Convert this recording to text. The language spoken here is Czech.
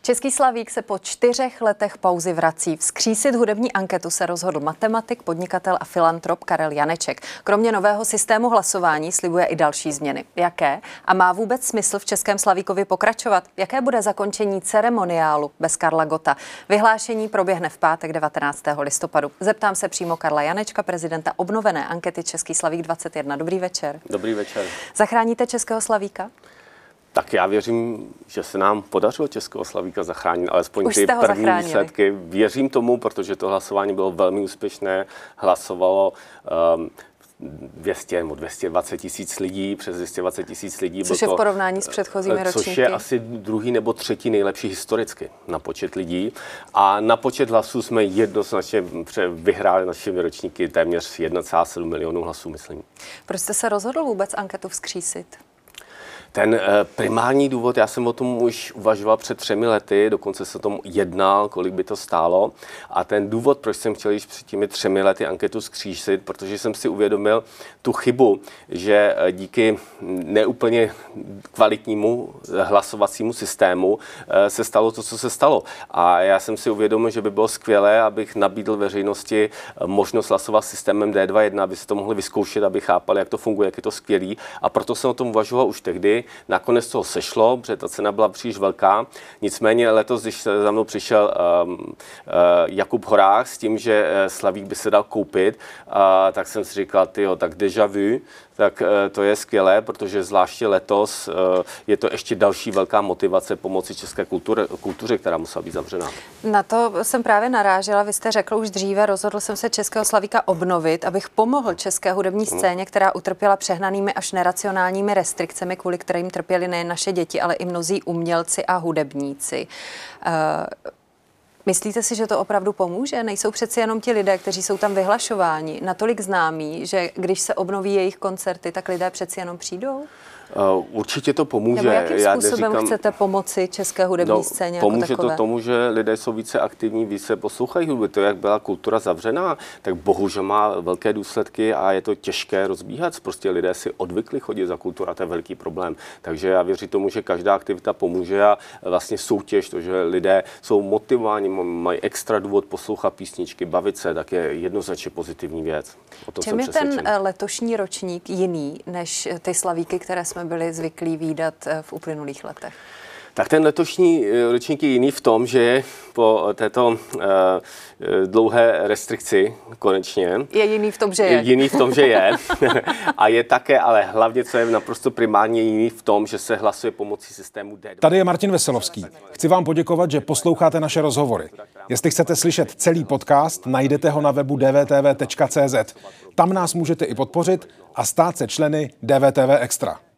Český Slavík se po 4 letech pauzy vrací. Vzkřísit hudební anketu se rozhodl matematik, podnikatel a filantrop Karel Janeček. Kromě nového systému hlasování slibuje i další změny. Jaké? A má vůbec smysl v Českém Slavíkovi pokračovat? Jaké bude zakončení ceremoniálu bez Karla Gotta? Vyhlášení proběhne v pátek 19. listopadu. Zeptám se přímo Karla Janečka, prezidenta obnovené ankety Český Slavík 21. Dobrý večer. Dobrý večer. Zachráníte Českého Slavíka? Tak já věřím, že se nám podařilo Českého Slavíka zachránit, alespoň ty první výsledky. Věřím tomu, protože to hlasování bylo velmi úspěšné. Hlasovalo 200 nebo 220 tisíc lidí, přes 220 tisíc lidí. Což je v porovnání s předchozími ročníky. Což je asi druhý nebo třetí nejlepší historicky na počet lidí. A na počet hlasů jsme jednoznačně vyhráli našimi ročníky téměř 1,7 milionu hlasů, myslím. Proč jste se rozhodl vůbec anketu vzkřísit? Ten primární důvod, já jsem o tom už uvažoval před 3 lety, dokonce se o tom jednal, kolik by to stálo. A ten důvod, proč jsem chtěl již před těmi 3 lety anketu vzkřísit, protože jsem si uvědomil tu chybu, že díky neúplně kvalitnímu hlasovacímu systému se stalo to, co se stalo. A já jsem si uvědomil, že by bylo skvělé, abych nabídl veřejnosti možnost hlasovat systémem D2.1, aby se to mohli vyzkoušet, aby chápali, jak to funguje, jak je to skvělý. A proto jsem o tom uvažoval už tehdy. Nakonec toho sešlo, protože ta cena byla příliš velká. Nicméně letos, když za mnou přišel Jakub Horák s tím, že Slavík by se dal koupit, tak jsem si říkal, tyjo, tak déjà vu, tak to je skvělé, protože zvláště letos je to ještě další velká motivace pomoci české kultuře, která musela být zavřená. Na to jsem právě narážela. Vy jste řekl už dříve, rozhodl jsem se Českého Slavíka obnovit, abych pomohl české hudební scéně, která utrpěla přehnanými až neracionálními restrikcemi, kvůli kterým trpěli nejen naše děti, ale i mnozí umělci a hudebníci. Myslíte si, že to opravdu pomůže? Nejsou přeci jenom ti lidé, kteří jsou tam vyhlašováni, natolik známí, že když se obnoví jejich koncerty, tak lidé přeci jenom přijdou? Určitě to pomůže. Nebo jakým způsobem chcete pomoci české hudební scéně jako pomůže takové? To tomu, že lidé jsou více aktivní, více poslouchají hudbu. To, jak byla kultura zavřená, tak bohužel má velké důsledky a je to těžké rozbíhat. Prostě lidé si odvykli chodit za kulturu a to je velký problém. Takže já věřím tomu, že každá aktivita pomůže a vlastně soutěž, to, že lidé jsou motivováni, mají extra důvod poslouchat písničky, bavit se, tak je jednoznačně pozitivní věc. Čem je ten letošní ročník jiný než ty Slavíky, které jsme byli zvyklí vídat v uplynulých letech? Tak ten letošní ročník je jiný v tom, že po této dlouhé restrikci konečně. Je jiný v tom, že je. Jiný v tom, že je. A je také, ale hlavně, co je naprosto primárně jiný v tom, že se hlasuje pomocí systému D2. Tady je Martin Veselovský. Chci vám poděkovat, že posloucháte naše rozhovory. Jestli chcete slyšet celý podcast, najdete ho na webu dvtv.cz. Tam nás můžete i podpořit a stát se členy DVTV Extra.